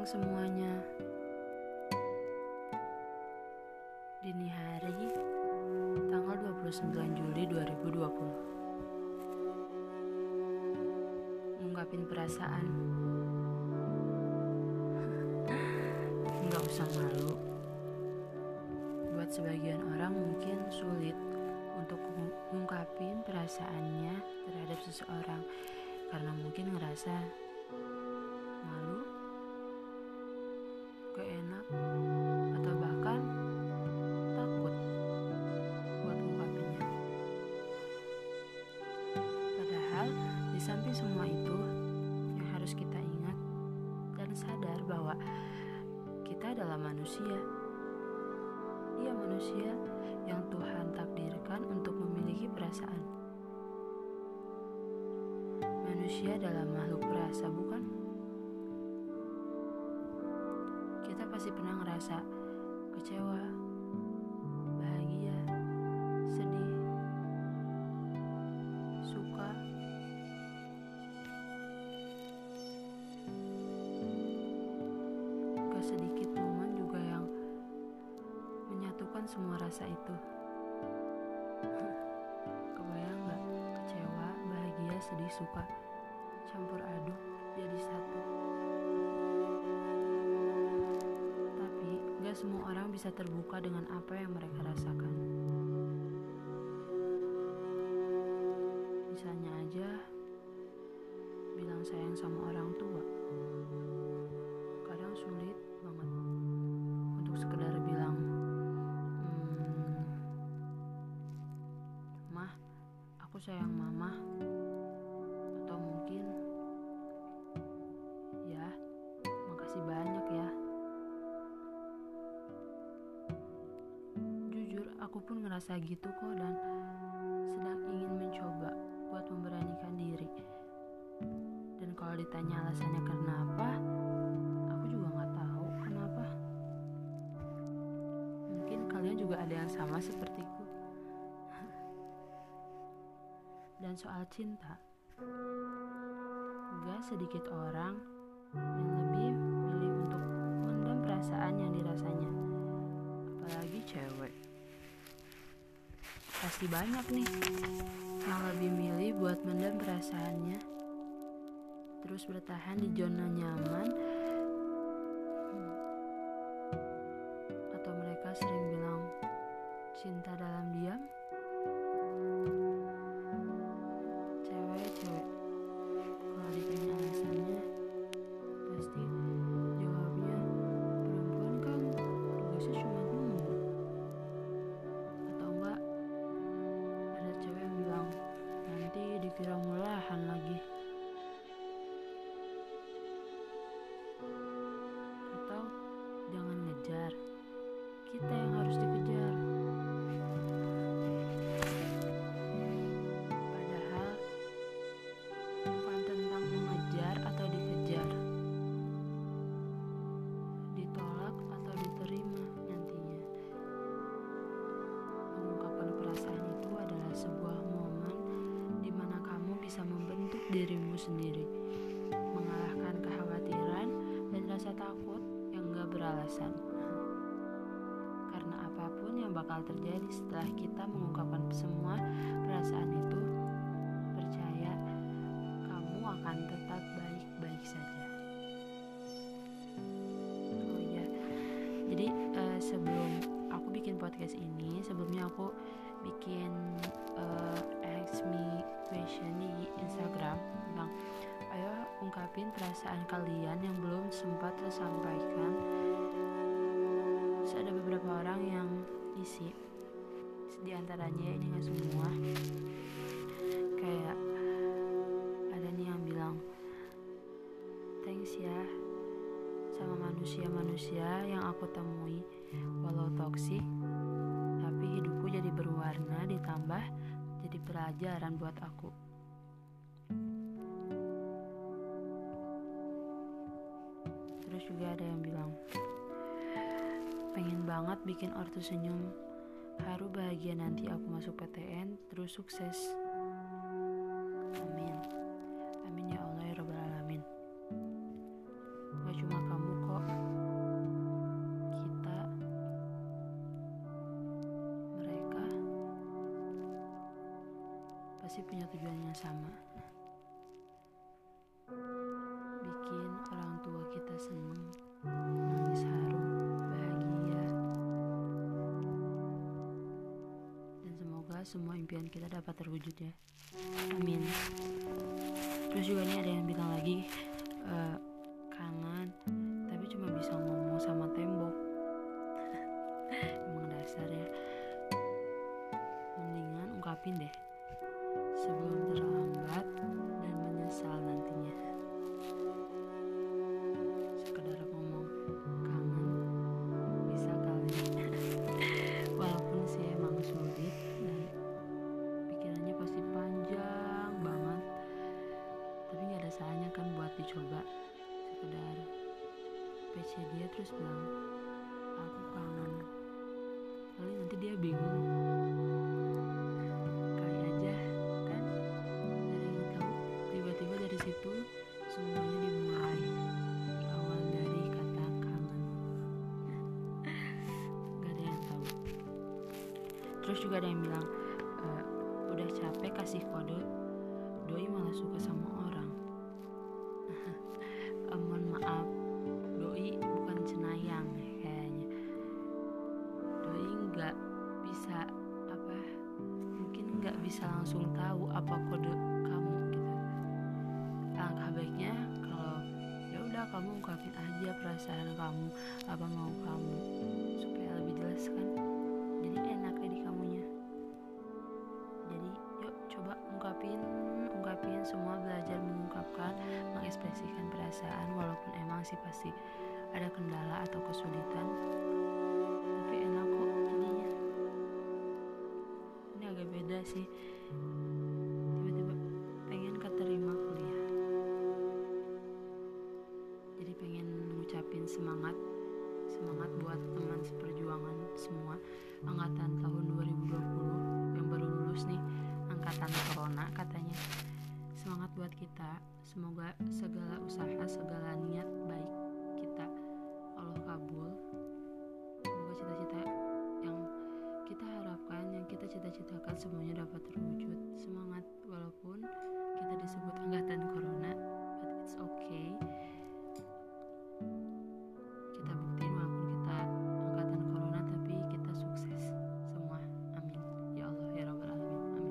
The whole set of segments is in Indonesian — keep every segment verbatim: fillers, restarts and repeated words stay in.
semuanya. Dini hari, tanggal dua puluh sembilan Juli dua ribu dua puluh. Ngungkapin perasaan. Nggak usah malu. Buat sebagian orang mungkin sulit untuk ngungkapin perasaannya terhadap seseorang karena mungkin ngerasa malu, gak enak, atau bahkan takut buat ngungkapinnya. Padahal di samping semua itu yang harus kita ingat dan sadar bahwa kita adalah manusia. Iya, manusia yang Tuhan takdirkan untuk memiliki perasaan. Manusia adalah makhluk perasa, bukan? Kita pasti pernah ngerasa kecewa, bahagia, sedih, suka. Gak sedikit momen juga yang menyatukan semua rasa itu. Kebayang gak? Kecewa, bahagia, sedih, suka campur aduk jadi satu. Tapi gak semua orang bisa terbuka dengan apa yang mereka rasakan. Misalnya aja bilang sayang sama orang tua. Kadang sulit banget untuk sekedar bilang, hmm, Mah, aku sayang mama. Atau mungkin, ya, makasih banyak ya. Jujur, aku pun ngerasa gitu kok dan sedang ingin mencoba buat memberanikan diri. Dan kalau ditanya alasannya kenapa, aku juga gak tahu kenapa. Mungkin kalian juga ada yang sama sepertiku. Dan soal cinta, gak sedikit orang yang lebih milih untuk mendam perasaan yang dirasanya. Apalagi cewek. Pasti banyak nih yang lebih milih buat mendam perasaannya, terus bertahan di zona nyaman. Atau mereka sering bilang cinta dalam diam. Cewek-cewek kalau ditanya alasannya pasti jawabnya perempuan kan tugasnya cuma nunggu. Atau enggak, ada cewek yang bilang nanti dikira murahan lagi. Atau jangan ngejar, kita yang harus dikejar. Padahal bukan tentang mengejar atau dikejar, ditolak atau diterima nantinya. Mengungkapkan perasaan itu adalah sebuah momen di mana kamu bisa membentuk dirimu sendiri, mengalahkan kekhawatiran dan rasa takut yang gak beralasan. Karena apapun yang bakal terjadi setelah kita mengungkapkan semua perasaan itu, percaya kamu akan tetap baik-baik saja. Oh iya, jadi uh, sebelum aku bikin podcast ini, sebelumnya aku bikin uh, ask me question di Instagram tentang ayo ungkapin perasaan kalian yang belum sempat tersampaikan. Terus ada beberapa orang yang isi, di antaranya ini gak semua, kayak ada nih yang bilang thanks ya sama manusia-manusia yang aku temui, walau toksik tapi hidupku jadi berwarna, ditambah jadi pelajaran buat aku. Terus juga ada yang bilang pengen banget bikin ortu senyum, haru bahagia nanti aku masuk P T N terus sukses. Amin. Amin ya Allah ya Rabbal Alamin. Gak cuma kamu kok pasti punya tujuan yang sama. Bikin orang tua kita senang, nangis haru, bahagia. Dan semoga semua impian kita dapat terwujud ya. Amin. Terus juga nih ada yang bilang lagi e, kangen tapi cuma bisa ngomong sama tembok. Emang dasar ya. Mendingan ungkapin deh sebelum terlambat dan menyesal nantinya. Sekedar ngomong kangen bisa kali. Walaupun sih emang sulit dan pikirannya pasti panjang banget, tapi gak ada salahnya kan buat dicoba. Sekedar P C dia terus bilang aku kangen, kali nanti dia bingung. Kali aja kan, dari yang tahu tiba-tiba dari situ semuanya dimulai, berawal dari kata kangen. Gak ada yang tahu. Terus juga ada yang bilang e, udah capek kasih kode, doi malah suka sama orang. e, mohon maaf, doi bukan cenayang kayaknya. Doi nggak bisa apa, mungkin nggak bisa langsung tahu apa kode kamu gitu. Alangkah baiknya kalau ya udah kamu ungkapin aja perasaan kamu, apa mau kamu, supaya lebih jelas kan. Jadi enak deh di kamunya. Jadi yuk coba ungkapin, ungkapin semua, belajar mengungkapkan, mengekspresikan perasaan. Walaupun emang sih pasti ada kendala atau kesulitan, tapi enak kok jadinya. Ini agak beda sih. Tiba-tiba pengen keterima kuliah, jadi pengen ngucapin semangat semangat buat teman seperjuangan semua angkatan tahun dua ribu dua puluh yang baru lulus nih, angkatan corona katanya. Semangat buat kita, semoga segala usaha, segala niat baik kita Allah kabul. Semoga cita-cita yang kita harapkan, yang kita cita-citakan semuanya dapat terwujud. Semangat walaupun kita disebut angkatan corona, but it's okay. Kita buktiin walaupun kita angkatan corona tapi kita sukses semua. Amin ya Allah ya Rabbal Alamin. Amin.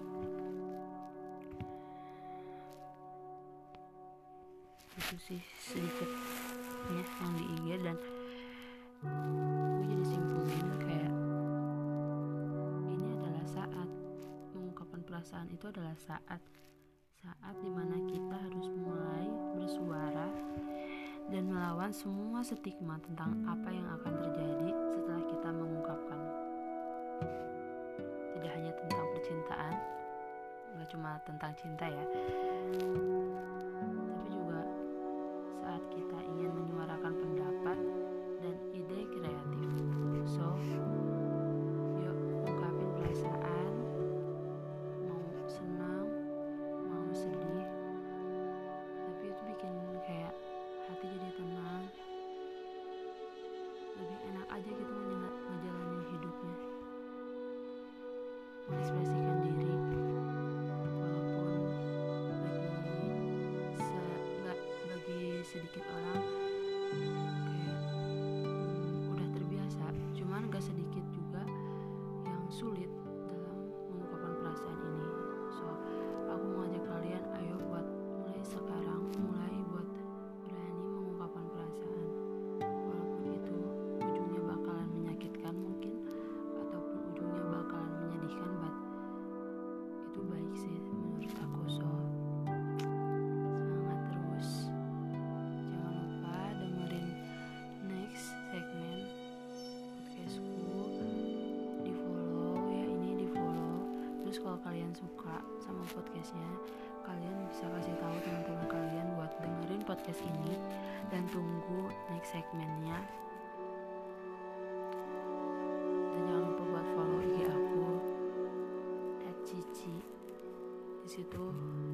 Itu sih sedikitnya yang di I G, dan gue jadi simpulin kayak ini adalah saat mengungkapkan perasaan. Itu adalah saat saat dimana kita harus mulai bersuara dan melawan semua stigma tentang apa yang akan terjadi setelah kita mengungkapkan. Tidak hanya tentang percintaan, gak cuma tentang cinta ya, tapi juga saat kita ingin menyuarakan pendapat dan ide kreatif. So, yuk ungkapin perasaan, mau senang, mau sedih, tapi itu bikin kayak hati jadi tenang, lebih enak aja gitu ngejalanin hidupnya, mengekspresikan diri. Walaupun bagi se nggak bagi sedikit orang kayak hmm, udah terbiasa, cuman gak sedikit juga yang sulit dalam mengungkapkan perasaan ini. So aku mau ajak kalian, ayo buat mulai sekarang, mulai buat berani mengungkapkan perasaan, walaupun itu ujungnya bakalan menyakitkan mungkin, ataupun ujungnya bakalan menyedihkan, but itu baik sih menurut aku. So semangat terus, jangan lupa dengerin next segmen podcastku, di follow ya, ini di follow. Terus kalau kalian suka sama podcastnya, kalian bisa kasih tahu teman-teman kalian buat dengerin podcast ini, dan tunggu next segmennya. Dan jangan lupa buat follow I G aku at cici. Di situ